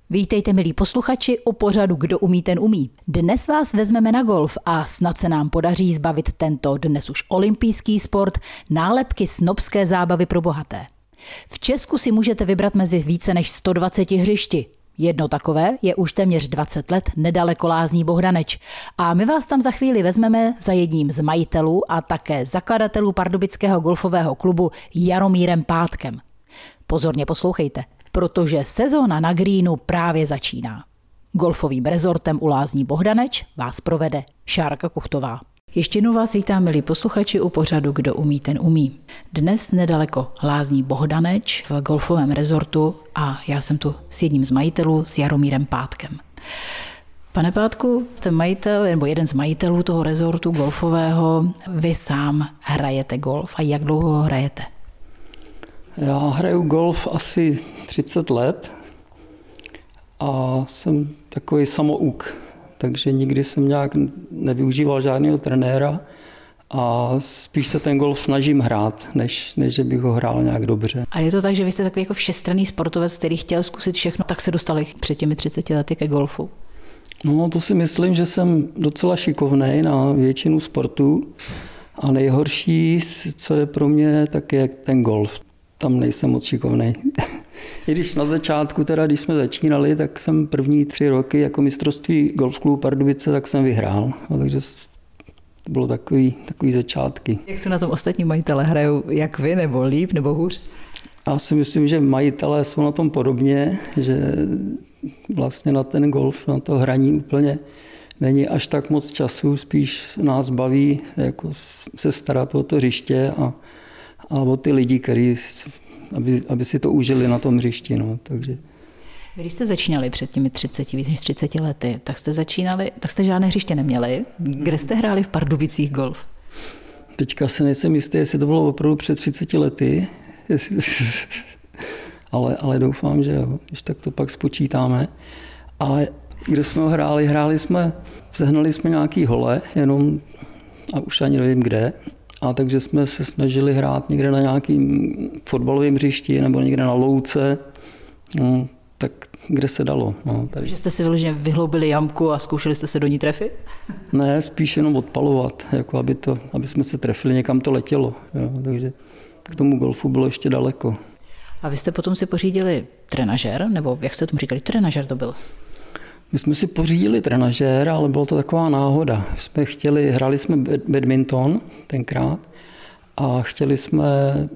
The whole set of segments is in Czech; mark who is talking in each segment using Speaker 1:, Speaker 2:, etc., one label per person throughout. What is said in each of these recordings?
Speaker 1: Vítejte, milí posluchači, u pořadu Kdo umí, ten umí. Dnes vás vezmeme na golf a snad se nám podaří zbavit tento dnes už olympijský sport nálepky snobské zábavy pro bohaté. V Česku si můžete vybrat mezi více než 120 hřišti. Jedno takové je už téměř 20 let nedaleko Lázní Bohdaneč. A my vás tam za chvíli vezmeme za jedním z majitelů a také zakladatelů pardubického golfového klubu Jaromírem Pátkem. Pozorně poslouchejte, protože sezóna na greenu právě začíná. Golfovým rezortem u Lázní Bohdaneč vás provede Šárka Kuchtová. Ještě jednou vás vítám, milí posluchači, u pořadu Kdo umí, ten umí. Dnes nedaleko Lázní Bohdaneč v golfovém rezortu a já jsem tu s jedním z majitelů, s Jaromírem Pátkem. Pane Pátku, jste majitel, nebo jeden z majitelů toho rezortu golfového. Vy sám hrajete golf a jak dlouho ho hrajete?
Speaker 2: Já hraju golf asi 30 let a jsem takový samouk, takže nikdy jsem nějak nevyužíval žádného trenéra a spíš se ten golf snažím hrát, než že bych ho hrál nějak dobře.
Speaker 1: A je to tak, že vy jste takový jako všestranný sportovec, který chtěl zkusit všechno, tak se dostali před těmi 30 lety ke golfu?
Speaker 2: No to si myslím, že jsem docela šikovnej na většinu sportů a nejhorší, co je pro mě, tak je ten golf. Tam nejsem moc šikovnej. I když na začátku, když jsme začínali, tak jsem první 3 roky jako mistrovství golf klubu Pardubice, tak jsem vyhrál. Takže to bylo takový začátky.
Speaker 1: Jak se na tom ostatní majitele hrajou, jak vy, nebo líp, nebo hůř?
Speaker 2: Já si myslím, že majitelé jsou na tom podobně, že vlastně na ten golf, na to hraní úplně není až tak moc času, spíš nás baví jako se starat o to hřiště a o ty lidi, kteří, aby si to užili na tom hřišti. No, takže.
Speaker 1: Když jste začínali před těmi víc než 30 lety, tak jste žádné hřiště neměli. Kde jste hráli v Pardubicích golf?
Speaker 2: Teďka se nejsem jistý, jestli to bylo opravdu před 30 lety, ale doufám, že jo, když tak to pak spočítáme. A kde jsme ho hráli jsme, sehnali jsme nějaký hole, jenom a už ani nevím kde. A takže jsme se snažili hrát někde na nějakým fotbalovém hřišti nebo někde na louce, no, tak kde se dalo. No, tady.
Speaker 1: Že jste si vyloženě vyhloubili jamku a zkoušeli jste se do ní trefit?
Speaker 2: Ne, spíš jenom odpalovat, jako aby jsme se trefili, někam to letělo. Jo, takže k tomu golfu bylo ještě daleko.
Speaker 1: A vy jste potom si pořídili trenažér, nebo jak jste tomu říkali, trenažér to byl?
Speaker 2: My jsme si pořídili trenažér, ale byla to taková náhoda. Hráli jsme badminton tenkrát a chtěli jsme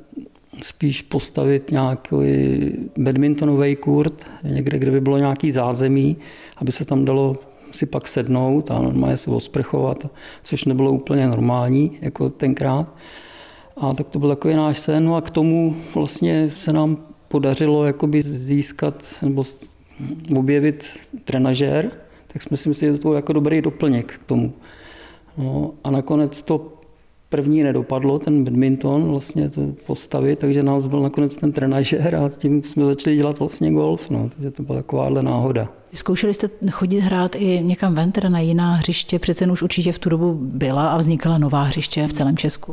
Speaker 2: spíš postavit nějaký badmintonový kurt, někde, kde by bylo nějaký zázemí, aby se tam dalo si pak sednout a normálně se osprchovat, což nebylo úplně normální jako tenkrát. A tak to byl takový náš sen. No a k tomu vlastně se nám podařilo jakoby získat nebo objevit trenažér, tak jsme si mysleli, že to byl jako dobrý doplněk k tomu. No, a nakonec to první nedopadlo, ten badminton vlastně to postavit, takže nás byl nakonec ten trenažér a tím jsme začali dělat vlastně golf, no, takže to byla takováhle náhoda.
Speaker 1: Zkoušeli jste chodit hrát i někam ven, teda na jiná hřiště, přece už určitě v tu dobu byla a vznikala nová hřiště v celém Česku?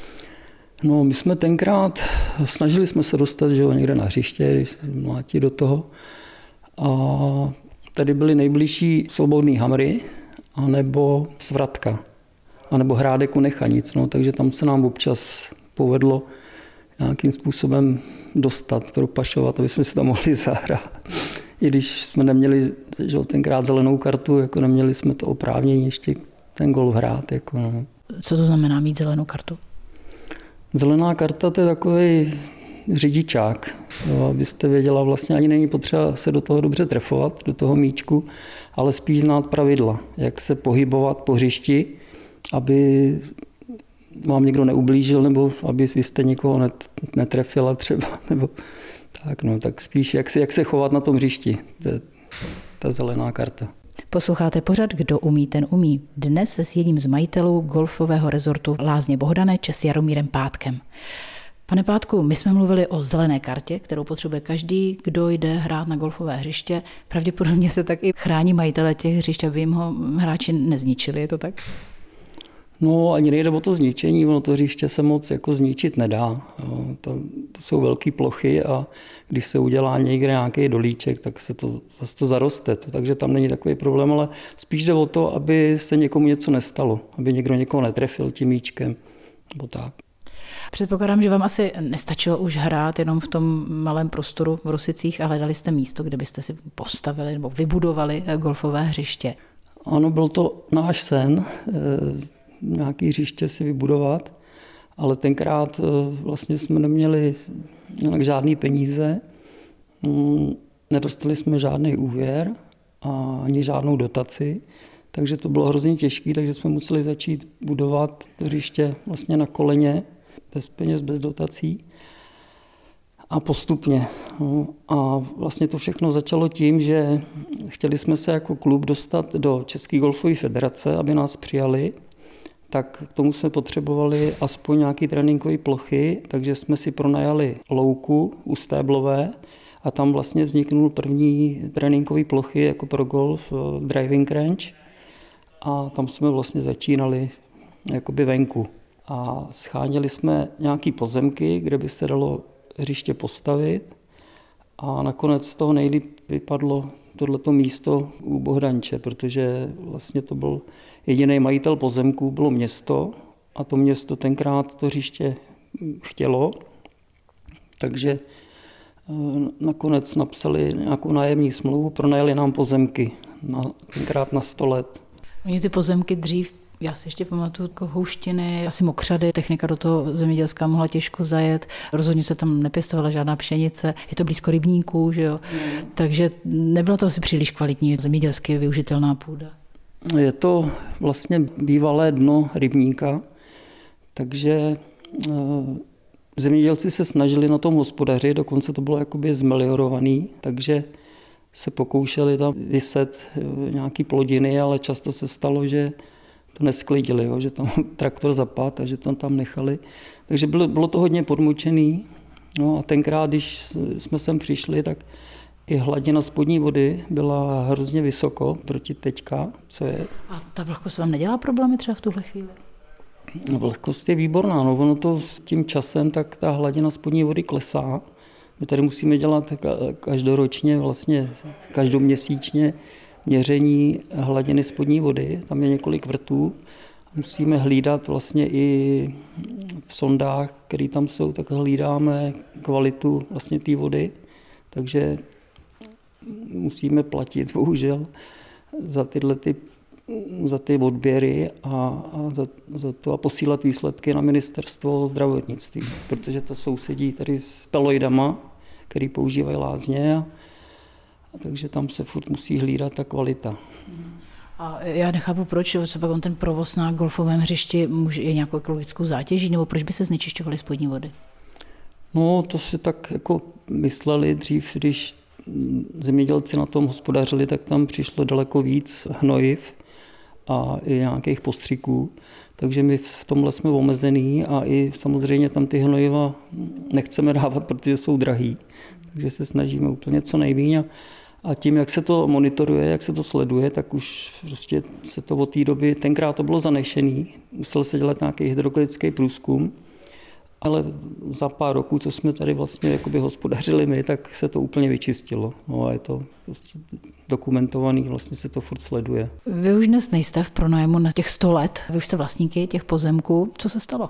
Speaker 2: No, my jsme tenkrát, snažili jsme se dostat někde na hřiště, když se mlátí do toho. A tady byly nejbližší Svobodný Hamry, anebo Svratka, anebo Hrádek u Nechanic. No, takže tam se nám občas povedlo nějakým způsobem dostat, propašovat, aby jsme si tam mohli zahrát. I když jsme neměli tenkrát zelenou kartu, jako neměli jsme to oprávnění ještě ten golf hrát. Jako, no.
Speaker 1: Co to znamená mít zelenou kartu?
Speaker 2: Zelená karta to je takový řidičák, jo, abyste věděla, vlastně ani není potřeba se do toho dobře trefovat, do toho míčku, ale spíš znát pravidla, jak se pohybovat po hřišti, aby vám někdo neublížil, nebo aby vy jste nikoho netrefila třeba, nebo tak, no, tak spíš jak se chovat na tom hřišti, to je ta zelená karta.
Speaker 1: Posloucháte pořad Kdo umí, ten umí. Dnes s jedním z majitelů golfového rezortu Lázně Bohdaneč s Jaromírem Pátkem. Pane Pátku, my jsme mluvili o zelené kartě, kterou potřebuje každý, kdo jde hrát na golfové hřiště. Pravděpodobně se tak i chrání majitele těch hřišť, aby jim ho hráči nezničili, je to tak?
Speaker 2: No ani nejde o to zničení, ono to hřiště se moc jako zničit nedá. Jo. To jsou velké plochy a když se udělá někde nějaký dolíček, tak se to zase zaroste. Takže tam není takový problém, ale spíš jde o to, aby se někomu něco nestalo, aby někdo někoho netrefil tím míčkem nebo tak.
Speaker 1: Předpokládám, že vám asi nestačilo už hrát jenom v tom malém prostoru v Rosicích a hledali jste místo, kde byste si postavili nebo vybudovali golfové hřiště.
Speaker 2: Ano, byl to náš sen, nějaké hřiště si vybudovat, ale tenkrát vlastně jsme neměli žádný peníze, nedostali jsme žádný úvěr a ani žádnou dotaci, takže to bylo hrozně těžké, takže jsme museli začít budovat hřiště vlastně na koleně, bez peněz, bez dotací a postupně. No, a vlastně to všechno začalo tím, že chtěli jsme se jako klub dostat do České golfové federace, aby nás přijali, tak k tomu jsme potřebovali aspoň nějaké tréninkové plochy, takže jsme si pronajali louku u Stéblové a tam vlastně vzniknul první tréninkové plochy jako pro golf, driving range a tam jsme vlastně začínali jakoby venku. A scháněli jsme nějaké pozemky, kde by se dalo hřiště postavit a nakonec z toho nejlíp vypadlo tohleto místo u Bohdanče, protože vlastně to byl jediný majitel pozemků, bylo město a to město tenkrát to hřiště chtělo, takže nakonec napsali nějakou nájemní smlouvu, pronajali nám pozemky tenkrát na 100 let.
Speaker 1: Oni ty pozemky dřív, já si ještě pamatuju, jako houštiny, asi mokřady, technika do toho zemědělská mohla těžko zajet, rozhodně se tam nepěstovala žádná pšenice, je to blízko rybníků, že jo? Takže nebyla to asi příliš kvalitní zemědělsky využitelná půda.
Speaker 2: Je to vlastně bývalé dno rybníka, takže zemědělci se snažili na tom hospodařit, dokonce to bylo jakoby zmeliorovaný, takže se pokoušeli tam vyset nějaký plodiny, ale často se stalo, že to nesklidili, jo, že tam traktor zapadl a že to tam nechali. Takže bylo to hodně podmočený. No a tenkrát, když jsme sem přišli, tak i hladina spodní vody byla hrozně vysoko proti teďka, co je.
Speaker 1: A ta vlhkost vám nedělá problémy třeba v tuhle chvíli?
Speaker 2: No, vlhkost je výborná, no ono to tím časem, tak ta hladina spodní vody klesá. My tady musíme dělat každoročně, vlastně každoměsíčně měření hladiny spodní vody, tam je několik vrtů. Musíme hlídat vlastně i v sondách, které tam jsou, tak hlídáme kvalitu vlastně té vody, takže musíme platit bohužel za ty odběry a posílat výsledky na ministerstvo zdravotnictví, protože to sousedí tady s peloidama, který používají lázně a takže tam se furt musí hlídat ta kvalita.
Speaker 1: A já nechápu, proč třeba on ten provoz na golfovém hřišti je nějakou ekologickou zátěží, nebo proč by se znečišťovaly spodní vody?
Speaker 2: No, to si tak jako mysleli dřív, když zemědělci na tom hospodařili, tak tam přišlo daleko víc hnojiv a i nějakých postřiků. Takže my v tomhle jsme omezený a i samozřejmě tam ty hnojiva nechceme dávat, protože jsou drahý. Takže se snažíme úplně co nejméně. A tím, jak se to monitoruje, jak se to sleduje, tak už prostě se to od té doby, tenkrát to bylo zanešený, musel se dělat nějaký hydrologický průzkum, ale za pár roků, co jsme tady vlastně jakoby hospodařili my, tak se to úplně vyčistilo. No a je to prostě dokumentovaný, vlastně se to furt sleduje.
Speaker 1: Vy už dnes nejste v pronájmu na těch 100 let, vy už jste vlastníky těch pozemků. Co se stalo?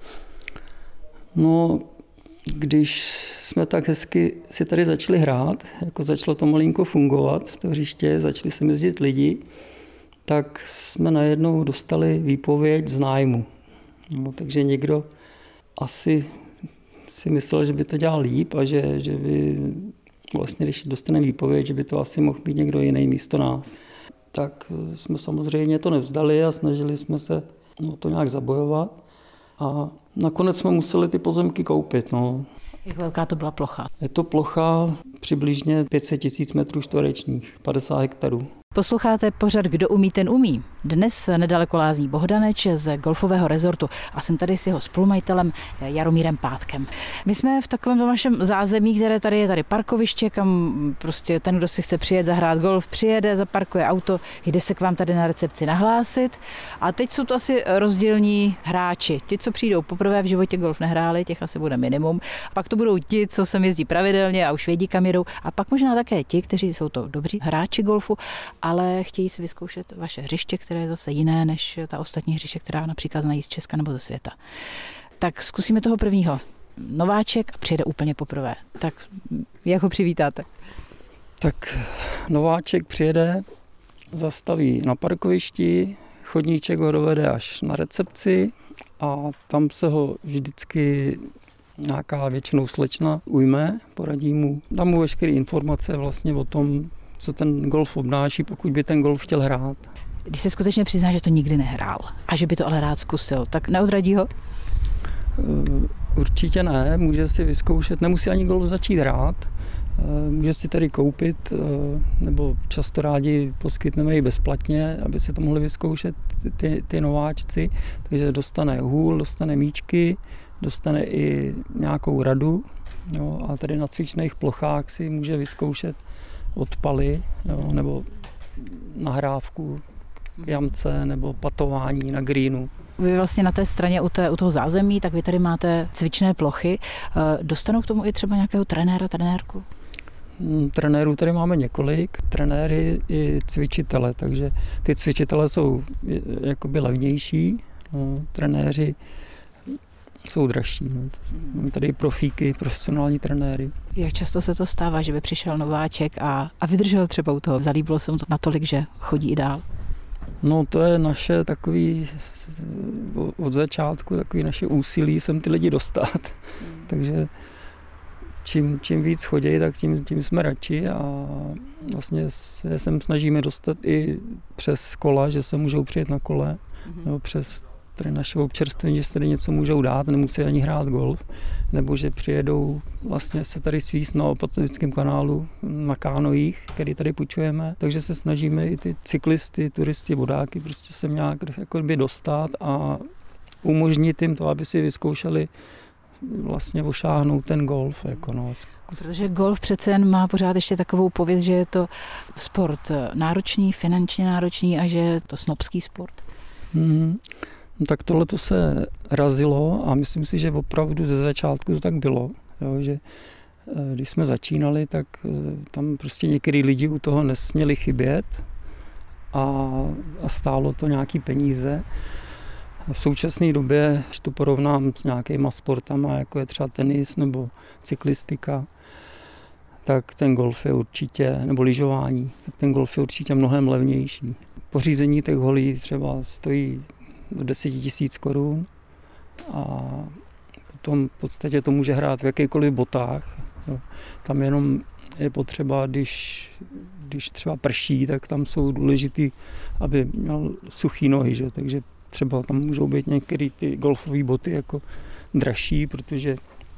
Speaker 2: No, když jsme tak hezky si tady začali hrát, jako začalo to malinko fungovat v to hřiště, začali sem jezdit lidi, tak jsme najednou dostali výpověď z nájmu. No, takže někdo asi si myslel, že by to dělal líp a že by vlastně, když dostane výpověď, že by to asi mohl být někdo jiný místo nás. Tak jsme samozřejmě to nevzdali a snažili jsme se to nějak zabojovat. A nakonec jsme museli ty pozemky koupit. No.
Speaker 1: Jak velká to byla plocha?
Speaker 2: Je to plocha přibližně 500 000 metrů čtverečních, 50 hektarů.
Speaker 1: Posloucháte pořad Kdo umí, ten umí. Dnes nedaleko Lázní Bohdaneč z golfového rezortu a jsem tady s jeho spolumajitelem Jaromírem Pátkem. My jsme v takovém vašem zázemí, které tady je tady parkoviště, kam prostě ten, kdo si chce přijet zahrát golf, přijede, zaparkuje auto, jde se k vám tady na recepci nahlásit. A teď jsou to asi rozdílní hráči. Ti, co přijdou poprvé v životě golf nehráli, těch asi bude minimum. A pak to budou ti, co sem jezdí pravidelně a už vědí, kam jedou. A pak možná také ti, kteří jsou to dobří hráči golfu, ale chtějí si vyzkoušet vaše hřiště, které je zase jiné než ta ostatní hřiště, která například znají z Česka nebo ze světa. Tak zkusíme toho prvního. Nováček a přijede úplně poprvé. Tak jak ho přivítáte?
Speaker 2: Tak nováček přijede, zastaví na parkovišti, chodníček ho dovede až na recepci a tam se ho vždycky nějaká většinou slečna ujme, poradí mu, dá mu veškeré informace vlastně o tom, co ten golf obnáší, pokud by ten golf chtěl hrát.
Speaker 1: Když se skutečně přizná, že to nikdy nehrál a že by to ale rád zkusil, tak neodradí ho?
Speaker 2: Určitě ne, může si vyzkoušet, nemusí ani golf začít hrát, může si tady koupit, nebo často rádi poskytneme i bezplatně, aby si to mohli vyzkoušet ty nováčci, takže dostane hůl, dostane míčky, dostane i nějakou radu, jo, a tady na cvičných plochách si může vyzkoušet odpaly, jo, nebo nahrávku k jamce nebo patování na greenu.
Speaker 1: Vy vlastně na té straně u toho zázemí, tak vy tady máte cvičné plochy. Dostanou k tomu i třeba nějakého trenéra, trenérku?
Speaker 2: Trenérů tady máme několik, trenéry i cvičitele, takže ty cvičitele jsou jakoby levnější, no, trenéři jsou dražší. No. Máme tady profíky, profesionální trenéry.
Speaker 1: Jak často se to stává, že by přišel nováček a vydržel třeba u toho? Zalíbilo se mu to natolik, že chodí i dál?
Speaker 2: No to je naše takový, od začátku takový naše úsilí sem ty lidi dostat. Takže čím víc chodí, tak tím jsme radši a vlastně se sem snažíme dostat i přes kola, že se můžou přijet na kole, nebo přes tady naše občerstvení, že se tady něco můžou dát, nemusí ani hrát golf, nebo že přijedou vlastně se tady svíst na Opatovickém kanálu na kánojích, který tady půjčujeme, takže se snažíme i ty cyklisty, turisty, vodáky prostě sem nějak jakoby dostat a umožnit jim to, aby si vyzkoušeli vlastně ošáhnout ten golf. Jako no.
Speaker 1: Protože golf přece jen má pořád ještě takovou pověst, že je to sport náročný, finančně náročný a že je to snobský sport.
Speaker 2: No tak tohle to se razilo a myslím si, že opravdu ze začátku to tak bylo, jo, že když jsme začínali, tak tam prostě některý lidi u toho nesměli chybět a stálo to nějaký peníze. V současné době, když to porovnám s nějakýma sportama, jako je třeba tenis nebo cyklistika, tak ten golf je určitě, nebo lyžování, tak ten golf je určitě mnohem levnější. Pořízení těch holí třeba stojí do 10 000 korun a potom v podstatě to může hrát v jakýchkoliv botách. Tam jenom je potřeba, když třeba prší, tak tam jsou důležitý, aby měl suchý nohy, že? Takže třeba tam můžou být některé ty golfové boty jako dražší, protože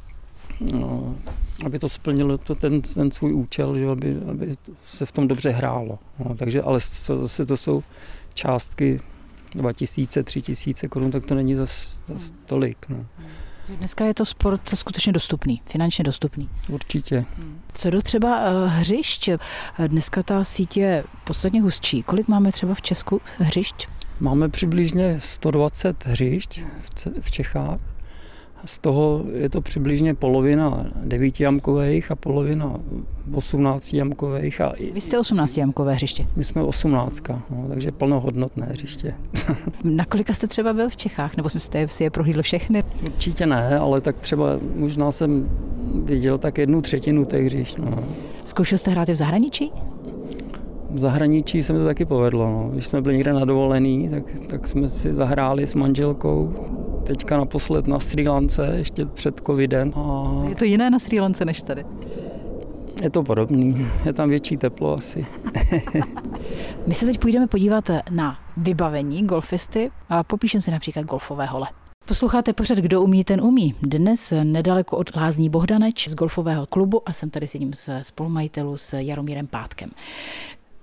Speaker 2: aby to splnilo ten svůj účel, že? Aby se v tom dobře hrálo. No, takže ale zase to jsou částky 2000, 3000 korun, tak to není zas tolik. No.
Speaker 1: Dneska je to sport skutečně dostupný, finančně dostupný.
Speaker 2: Určitě.
Speaker 1: Co do třeba hřišť? Dneska ta síť je podstatně hustší. Kolik máme třeba v Česku hřišť?
Speaker 2: Máme přibližně 120 hřišť v Čechách. Z toho je to přibližně polovina 9jamkových a polovina 18jamkových.
Speaker 1: Vy jste 18jamkové hřiště?
Speaker 2: My jsme 18, no, takže plnohodnotné hřiště.
Speaker 1: Na kolika jste třeba byl v Čechách? Nebo jste si je prohlídl všechny?
Speaker 2: Určitě ne, ale tak třeba možná jsem viděl tak 1/3 těch hřišť. No.
Speaker 1: Zkoušel jste hrát i v zahraničí?
Speaker 2: V zahraničí se mi to taky povedlo. No. Když jsme byli někde na dovolený, tak jsme si zahráli s manželkou. Teďka naposled na Srí Lance, ještě před covidem. A
Speaker 1: je to jiné na Srí Lance než tady?
Speaker 2: Je to podobný. Je tam větší teplo asi.
Speaker 1: My se teď půjdeme podívat na vybavení golfisty a popíšeme si například golfové hole. Posloucháte pořad Kdo umí, ten umí. Dnes nedaleko od Lázní Bohdaneč z golfového klubu a jsem tady s jedním z spolumajitelů s Jaromírem Pátkem.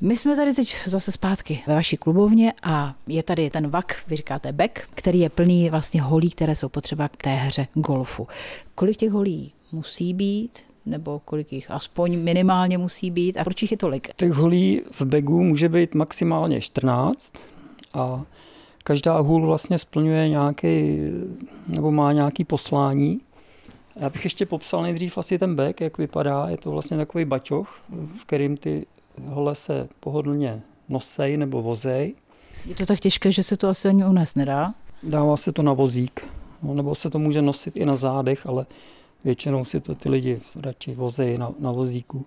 Speaker 1: My jsme tady teď zase zpátky ve vaší klubovně a je tady ten vak, vy říkáte bek, který je plný vlastně holí, které jsou potřeba k té hře golfu. Kolik těch holí musí být? Nebo kolik jich aspoň minimálně musí být a proč jich je tolik?
Speaker 2: Těch holí v begu může být maximálně 14 a každá hůl vlastně splňuje nějaký, nebo má nějaký poslání. Já bych ještě popsal nejdřív asi ten bek, jak vypadá. Je to vlastně takový baťoch, v kterým ty hole se pohodlně nosej nebo vozej.
Speaker 1: Je to tak těžké, že se to asi ani unést nedá?
Speaker 2: Dává se to na vozík, nebo se to může nosit i na zádech, ale většinou si to ty lidi radši vozejí na vozíku.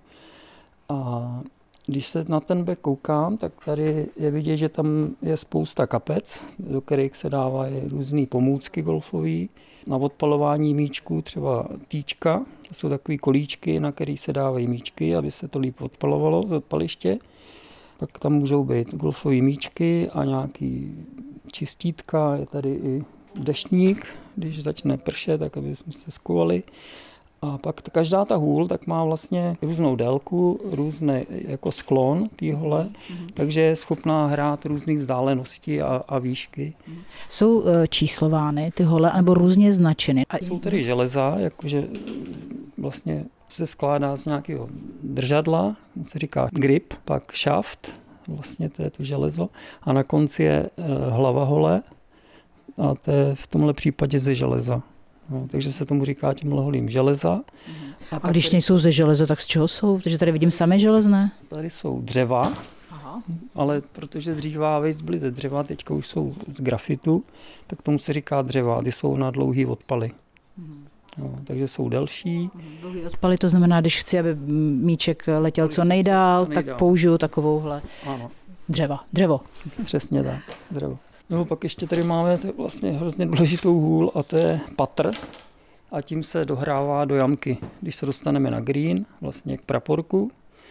Speaker 2: A když se na ten bek koukám, tak tady je vidět, že tam je spousta kapec, do kterých se dávají různé pomůcky golfové. Na odpalování míčků třeba týčka, to jsou takové kolíčky, na které se dávají míčky, aby se to líp odpalovalo z odpaliště. Pak tam můžou být golfové míčky a nějaký čistítka, je tady i deštník, když začne pršet, tak aby jsme se skovali. A pak každá ta hůl tak má vlastně různou délku, různý jako sklon té hole, takže je schopná hrát různých vzdáleností a výšky.
Speaker 1: Jsou číslovány ty hole nebo různě značeny?
Speaker 2: Jsou tady železa, jakože vlastně se skládá z nějakého držadla, se říká grip, pak šaft, vlastně to je to železo, a na konci je hlava hole a to je v tomhle případě ze železa. No, takže se tomu říká těmhle holím železa.
Speaker 1: A když nejsou ze železa, tak z čeho jsou? Protože tady vidím samé železné.
Speaker 2: Tady jsou dřeva, ale protože dříva byly ze dřeva, teďka už jsou z grafitu, tak tomu se říká dřeva. Ty jsou na dlouhý odpaly. No, takže jsou delší.
Speaker 1: Dlouhý odpaly, to znamená, když chci, aby míček letěl co nejdál, tak použiju takovouhle dřevo.
Speaker 2: Přesně tak, dřevo. No, pak ještě tady máme vlastně hrozně důležitou hůl a to je patr a tím se dohrává do jamky. Když se dostaneme na green, vlastně k praporku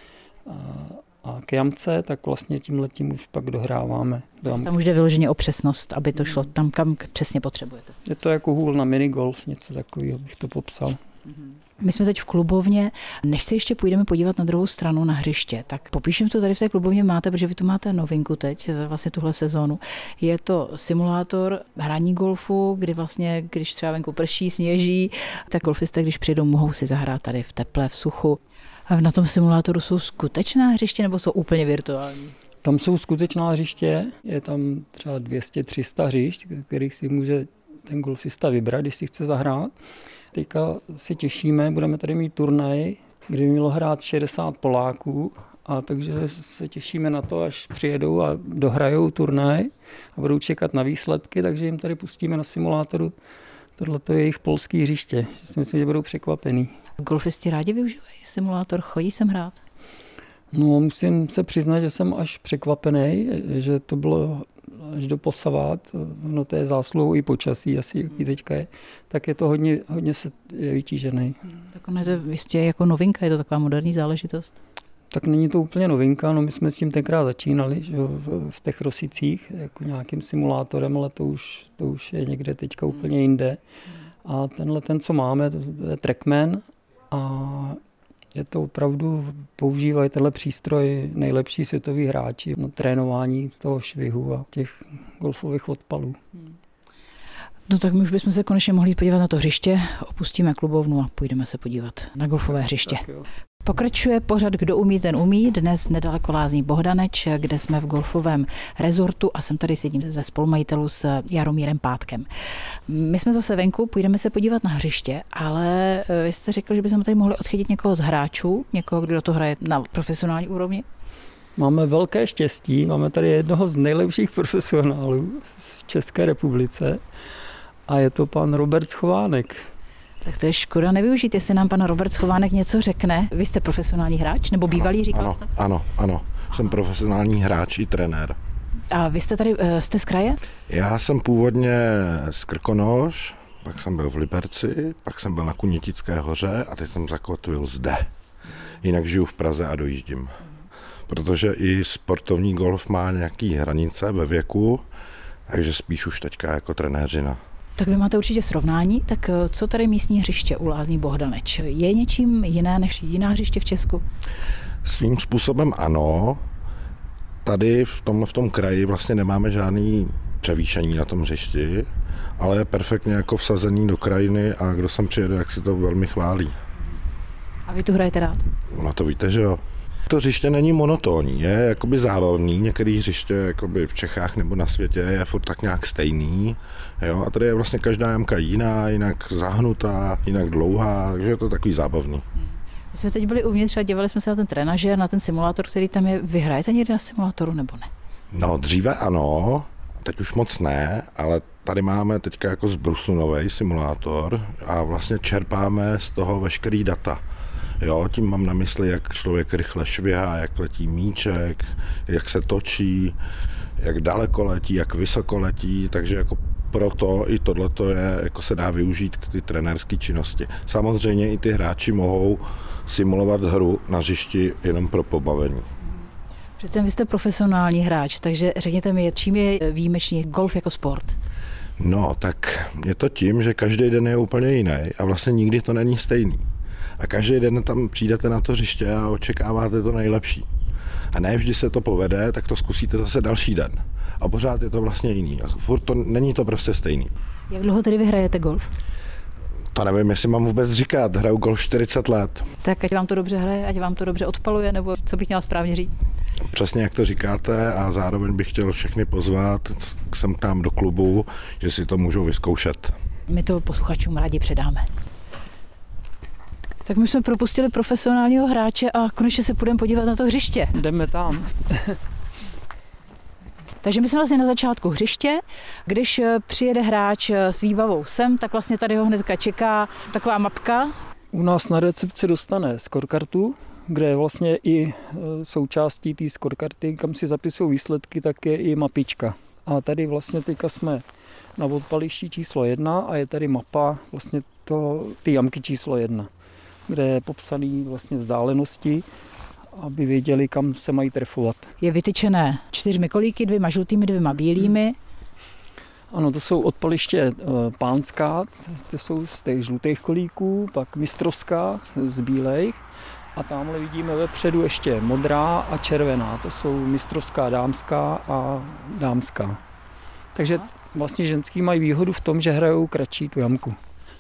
Speaker 2: a k jamce, tak vlastně tímhletím už pak dohráváme do jamky.
Speaker 1: Tam už jde vyloženě o přesnost, aby to šlo tam, kam přesně potřebujete.
Speaker 2: Je to jako hůl na minigolf, něco takového bych to popsal.
Speaker 1: My jsme teď v klubovně, než se ještě půjdeme podívat na druhou stranu na hřiště, tak popíšem, co tady v té klubovně máte, protože vy tu máte novinku teď, vlastně tuhle sezónu. Je to simulátor hraní golfu, kdy vlastně, když třeba venku prší, sněží, tak golfisté, když přijdou, mohou si zahrát tady v teple, v suchu. A na tom simulátoru jsou skutečná hřiště nebo jsou úplně virtuální?
Speaker 2: Tam jsou skutečná hřiště, je tam třeba 200-300 hřišť, kterých si může ten golfista vybrat, když si chce zahrát. Teďka se těšíme, budeme tady mít turnaj, kde by mělo hrát 60 Poláků, a takže se těšíme na to, až přijedou a dohrajou turnaj a budou čekat na výsledky, takže jim tady pustíme na simulátoru tohleto je jejich polský hřiště. Si myslím, že budou překvapení.
Speaker 1: Golfisti rádi využívají simulátor, chodí sem hrát?
Speaker 2: No, musím se přiznat, že jsem až překvapený, že to bylo až do posavat, no to je zásluhou i počasí, asi jaký teďka je, tak je to hodně se je vytížený.
Speaker 1: Tak ono je to jistě jako novinka, je to taková moderní záležitost?
Speaker 2: Tak není to úplně novinka, no my jsme s tím tenkrát začínali, že v těch Rosicích, jako nějakým simulátorem, ale to už je někde teďka úplně jinde. A ten, co máme, to je Trackman a je to opravdu, používají tenhle přístroj nejlepší světoví hráči na trénování toho švihu a těch golfových odpalů.
Speaker 1: No tak my už bychom se konečně mohli podívat na to hřiště, opustíme klubovnu a půjdeme se podívat na golfové hřiště. Pokračuje pořad Kdo umí, ten umí. Dnes nedaleko Lázní Bohdaneč, kde jsme v golfovém rezortu a jsem tady s jedním ze spolumajitelů s Jaromírem Pátkem. My jsme zase venku, půjdeme se podívat na hřiště, ale vy jste řekl, že bychom tady mohli odchytit někoho z hráčů, někoho, kdo to hraje na profesionální úrovni?
Speaker 2: Máme velké štěstí, máme tady jednoho z nejlepších profesionálů v České republice a je to pan Robert Schovánek.
Speaker 1: Tak to je škoda nevyužít, jestli nám pan Robert Schovánek něco řekne. Vy jste profesionální hráč nebo bývalý, říkal jste?
Speaker 3: Ano, jsem profesionální hráč i trenér.
Speaker 1: A vy jste tady, jste z kraje?
Speaker 3: Já jsem původně z Krkonoš, pak jsem byl v Liberci, pak jsem byl na Kunětické hoře a teď jsem zakotvil zde. Jinak žiju v Praze a dojíždím. Protože i sportovní golf má nějaký hranice ve věku, takže spíš už teďka jako trenéřina.
Speaker 1: Tak vy máte určitě srovnání, tak co tady místní hřiště u Lázní Bohdaneč? Je něčím jiné než jiná hřiště v Česku?
Speaker 3: Svým způsobem ano, Tady v tom kraji vlastně nemáme žádný převýšení na tom hřišti, ale je perfektně jako vsazený do krajiny a kdo sem přijede, jak si to velmi chválí.
Speaker 1: A vy tu hrajete rád?
Speaker 3: No to víte, že jo. To hřiště není monotónní, je jakoby zábavný, některé hřiště jakoby v Čechách nebo na světě je furt tak nějak stejný, jo, a tady je vlastně každá jamka jiná, jinak zahnutá, jinak dlouhá, takže je to takový zábavný.
Speaker 1: My jsme teď byli uvnitř a dívali jsme se na ten trenažér, na ten simulátor, který tam je. Vy hrajete někdy na simulátoru nebo ne?
Speaker 3: No dříve ano, teď už moc ne, ale tady máme teďka jako z brusu novej simulátor a vlastně čerpáme z toho veškerý data. Jo, tím mám na mysli, jak člověk rychle švihá, jak letí míček, jak se točí, jak daleko letí, jak vysoko letí, takže jako proto i tohleto je, jako se dá využít k ty trenérské činnosti. Samozřejmě i ty hráči mohou simulovat hru na hřišti jenom pro pobavení.
Speaker 1: Přece vy jste profesionální hráč, takže řekněte mi, čím je výjimečný golf jako sport?
Speaker 3: No, tak je to tím, že každý den je úplně jiný a vlastně nikdy to není stejný. A každý den tam přijdete na to hřiště a očekáváte to nejlepší. A ne vždy se to povede, tak to zkusíte zase další den. A pořád je to vlastně jiný. A furt to, není to prostě stejný.
Speaker 1: Jak dlouho tedy vy hrajete golf?
Speaker 3: To nevím, jestli mám vůbec říkat. Hraju golf 40 let.
Speaker 1: Tak ať vám to dobře hraje, ať vám to dobře odpaluje, nebo co bych měla správně říct?
Speaker 3: Přesně jak to říkáte a zároveň bych chtěl všechny pozvat sem k nám do klubu, že si to můžou vyzkoušet.
Speaker 1: My to posluchačům rádi předáme. Tak my jsme propustili profesionálního hráče a konečně se půjdeme podívat na to hřiště.
Speaker 2: Jdeme tam.
Speaker 1: Takže my jsme vlastně na začátku hřiště. Když přijede hráč s výbavou sem, tak vlastně tady ho hnedka čeká taková mapka.
Speaker 4: U nás na recepci dostane scorekartu, kde je vlastně i součástí té scorekarty, kam si zapisují výsledky, tak je i mapička. A tady vlastně teďka jsme na odpališti číslo 1 a je tady mapa vlastně ty jamky číslo 1, kde je popsaný vlastně vzdálenosti, aby věděli, kam se mají trefovat.
Speaker 1: Je vytyčené 4 kolíky, 2 žlutými, 2 bílými.
Speaker 4: Ano, to jsou odpaliště pánská, to jsou z těch žlutých kolíků, pak mistrovská z bílejch a tamhle vidíme vepředu ještě modrá a červená, to jsou mistrovská dámská a dámská. Takže vlastně ženský mají výhodu v tom, že hrajou kratší tu jamku.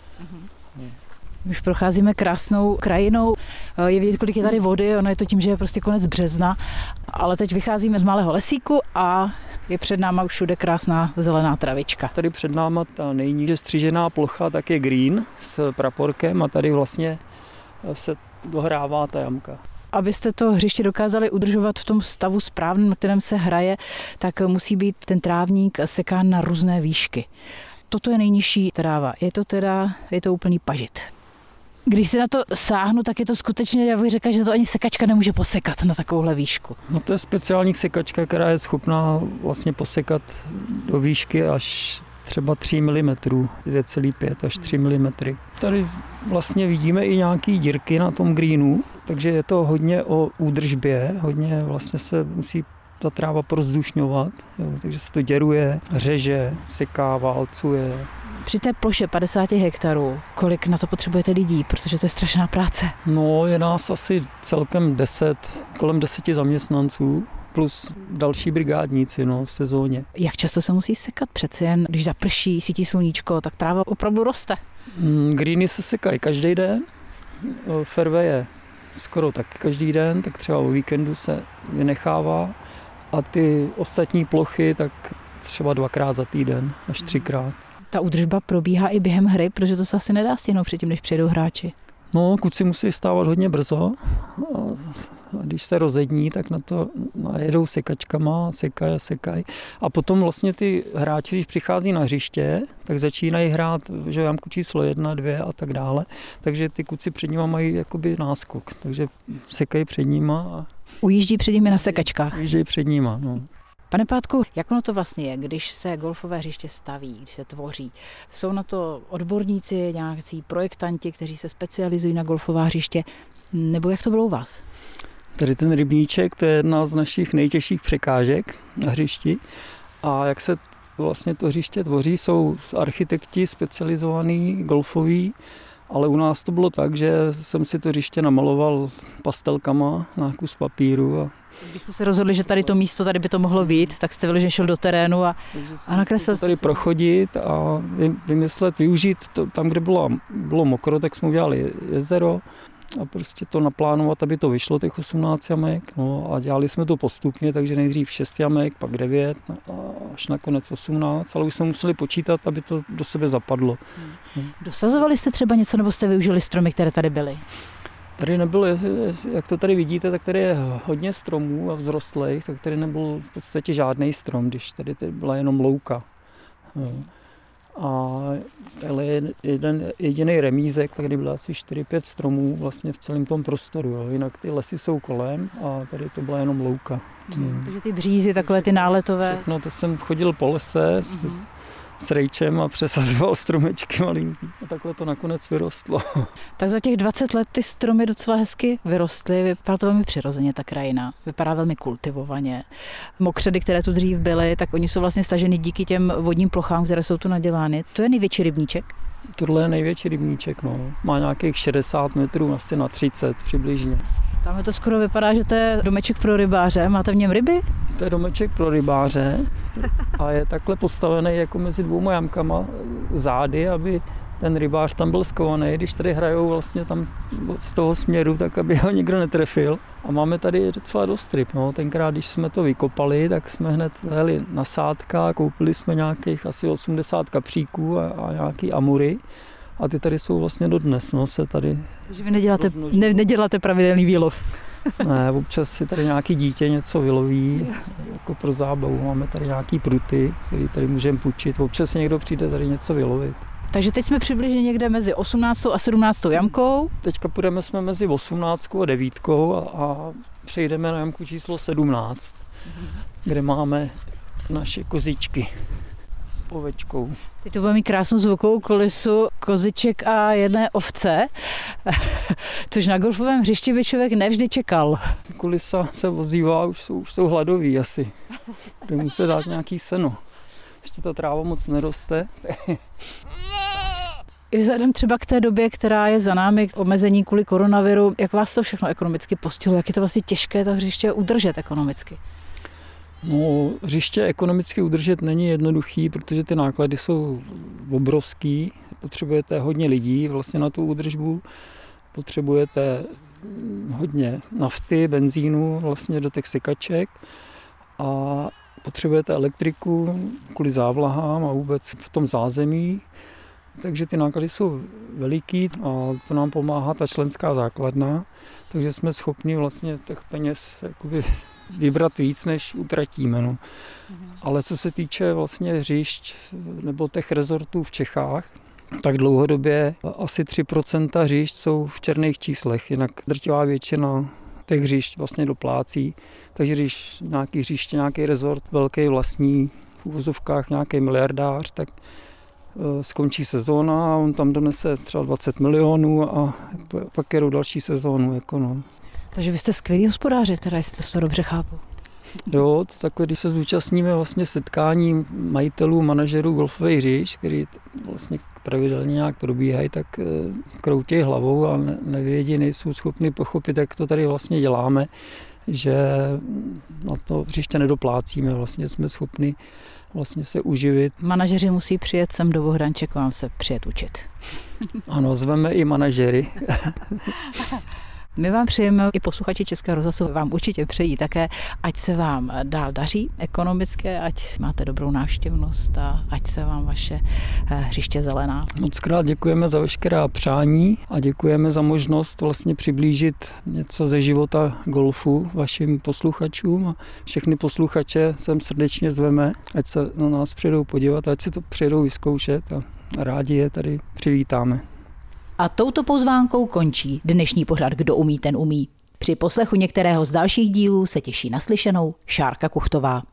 Speaker 1: Už procházíme krásnou krajinou, je vidět, kolik je tady vody, ono je to tím, že je prostě konec března, ale teď vycházíme z malého lesíku a je před náma už všude krásná zelená travička.
Speaker 4: Tady před náma ta nejníže střížená plocha tak je green s praporkem a tady vlastně se dohrává ta jamka.
Speaker 1: Abyste to hřiště dokázali udržovat v tom stavu správném, na kterém se hraje, tak musí být ten trávník sekán na různé výšky. Toto je nejnižší tráva, je to úplný pažit. Když se na to sáhnu, tak je to skutečně, já bych řekla, že to ani sekačka nemůže posekat na takovouhle výšku.
Speaker 4: No to je speciální sekačka, která je schopná vlastně posekat do výšky až třeba 3 mm, 2,5 až 3 mm. Tady vlastně vidíme i nějaké dírky na tom greenu, takže je to hodně o údržbě, hodně vlastně se musí ta tráva prozdušňovat, jo, takže se to děruje, řeže, seká, válcuje.
Speaker 1: Při té ploše 50 hektarů, kolik na to potřebujete lidí, protože to je strašná práce?
Speaker 4: No, je nás asi celkem kolem 10 zaměstnanců, plus další brigádníci v sezóně.
Speaker 1: Jak často se musí sekat? Přece jen, když zaprší, svítí sluníčko, tak tráva opravdu roste.
Speaker 4: Greeny se sekají každý den, fairway je skoro tak každý den, tak třeba o víkendu se vynechává a ty ostatní plochy tak třeba 2krát za týden, až 3krát.
Speaker 1: Ta údržba probíhá i během hry, protože to se asi nedá stihnout předtím, než přijedou hráči.
Speaker 4: No, kluci musí stávat hodně brzo a když se rozední, tak na to najedou sekačkama, sekají. A potom vlastně ty hráči, když přichází na hřiště, tak začínají hrát, že jamku číslo 1, 2 a tak dále. Takže ty kluci před nima mají jakoby náskok, takže sekají před nima. A
Speaker 1: ujíždí před nimi na sekačkách.
Speaker 4: Ujíždějí před nima, no.
Speaker 1: Pane Pátku, jak ono to vlastně je, když se golfové hřiště staví, když se tvoří? Jsou na to odborníci, nějací projektanti, kteří se specializují na golfová hřiště, nebo jak to bylo u vás?
Speaker 4: Tady ten rybníček, to je jedna z našich nejtěžších překážek na hřišti. A jak se vlastně to hřiště tvoří, jsou architekti specializovaní, golfoví, ale u nás to bylo tak, že jsem si to hřiště namaloval pastelkama na kus papíru a
Speaker 1: Když jste se rozhodli, že tady to místo, tady by to mohlo být, tak jste vyloženě šel do terénu a nakreslil jste
Speaker 4: tady
Speaker 1: si.
Speaker 4: prochodit a vymyslet, využít to, tam, kde bylo mokro, tak jsme udělali jezero a prostě to naplánovat, aby to vyšlo, těch 18 jamek. No a dělali jsme to postupně, takže nejdřív 6 jamek, pak 9 a až nakonec 18, ale už jsme museli počítat, aby to do sebe zapadlo.
Speaker 1: Dosazovali jste třeba něco, nebo jste využili stromy, které tady byly?
Speaker 4: Tady nebylo, jak to tady vidíte, tak tady je hodně stromů a vzrostlých, tak tady nebyl v podstatě žádný strom, když tady byla jenom louka. A tady je jeden jediný remízek, tady bylo asi 4-5 stromů vlastně v celém tom prostoru. Jo. Jinak ty lesy jsou kolem a tady to byla jenom louka.
Speaker 1: Takže ty břízy, takové ty náletové.
Speaker 4: No to jsem chodil po lese s rejčem a přesazoval stromečky malinký. A takhle to nakonec vyrostlo.
Speaker 1: Tak za těch 20 let ty stromy docela hezky vyrostly. Vypadá to velmi přirozeně, ta krajina. Vypadá velmi kultivovaně. Mokřady, které tu dřív byly, tak oni jsou vlastně staženy díky těm vodním plochám, které jsou tu nadělány. To je největší rybníček?
Speaker 4: Tohle je největší rybníček. No. Má nějakých 60 metrů, asi na 30 přibližně.
Speaker 1: Tam to skoro vypadá, že to je domeček pro rybáře. Máte v něm ryby?
Speaker 4: To je domeček pro rybáře a je takhle postavený jako mezi dvouma jamkama zády, aby ten rybář tam byl skovaný, když tady hrajou vlastně tam z toho směru, tak aby ho nikdo netrefil. A máme tady docela dost ryb. No. Tenkrát, když jsme to vykopali, tak jsme hned jeli nasádka, koupili jsme nějakých asi 80 kapříků a nějaký amury. A ty tady jsou vlastně dodnes, no, se tady...
Speaker 1: Takže vy neděláte pravidelný výlov?
Speaker 4: Ne, občas si tady nějaký dítě něco vyloví, jako pro zábavu. Máme tady nějaký pruty, který tady můžeme půjčit. Občas si někdo přijde tady něco vylovit.
Speaker 1: Takže teď jsme přibližně někde mezi 18. a 17. jamkou.
Speaker 4: Teďka půjdeme jsme mezi 18. a 9. a přejdeme na jamku číslo 17, kde máme naše kozičky s ovečkou.
Speaker 1: Teď to bude mít krásnou zvukovou kulisu koziček a jedné ovce, což na golfovém hřišti by člověk nevždy čekal.
Speaker 4: Kulisa se ozývá, už jsou hladoví asi. Bude muset dát nějaký seno. Ještě ta tráva moc neroste.
Speaker 1: I vzhledem třeba k té době, která je za námi, k omezení kvůli koronaviru, jak vás to všechno ekonomicky postihlo? Jak je to vlastně těžké ta hřiště udržet ekonomicky?
Speaker 4: No, hřiště ekonomicky udržet není jednoduchý, protože ty náklady jsou obrovský. Potřebujete hodně lidí vlastně na tu údržbu. Potřebujete hodně nafty, benzínu vlastně do těch sekaček a potřebujete elektriku kvůli závlahám a vůbec v tom zázemí. Takže ty náklady jsou veliký a to nám pomáhá ta členská základna, takže jsme schopni vlastně těch peněz jakoby vybrat víc, než utratíme. No. Ale co se týče vlastně hřišť nebo těch rezortů v Čechách, tak dlouhodobě asi 3% hřišť jsou v černých číslech, jinak drtivá většina těch hřišť vlastně doplácí. Takže když nějaký hřiště, nějaký rezort velký vlastní v uvozovkách nějaký miliardář, tak skončí sezóna a on tam donese třeba 20 milionů a pak jedou další sezónu. Jako no.
Speaker 1: Takže vy jste skvělý hospodáři, teda jestli to dobře chápu.
Speaker 4: Jo, to takhle, když se zúčastníme vlastně setkání majitelů, manažerů golfových hřišť, který vlastně pravidelně nějak probíhají, tak kroutějí hlavou a nevědí, nejsou schopni pochopit, jak to tady vlastně děláme, že na to hřiště nedoplácíme, vlastně jsme schopni vlastně se uživit.
Speaker 1: Manažeři musí přijet sem do Bohdanček vám se přijet učit.
Speaker 4: Ano, zveme i manažery.
Speaker 1: My vám přejeme, i posluchači Českého rozhlasu vám určitě přejí také, ať se vám dál daří ekonomicky, ať máte dobrou návštěvnost a ať se vám vaše hřiště zelená.
Speaker 4: Moc krát děkujeme za veškerá přání a děkujeme za možnost vlastně přiblížit něco ze života golfu vašim posluchačům a všechny posluchače sem srdečně zveme, ať se na nás přijedou podívat, ať si to přijedou vyzkoušet a rádi je tady přivítáme.
Speaker 1: A touto pozvánkou končí dnešní pořad Kdo umí, ten umí. Při poslechu některého z dalších dílů se těší naslyšenou Šárka Kuchtová.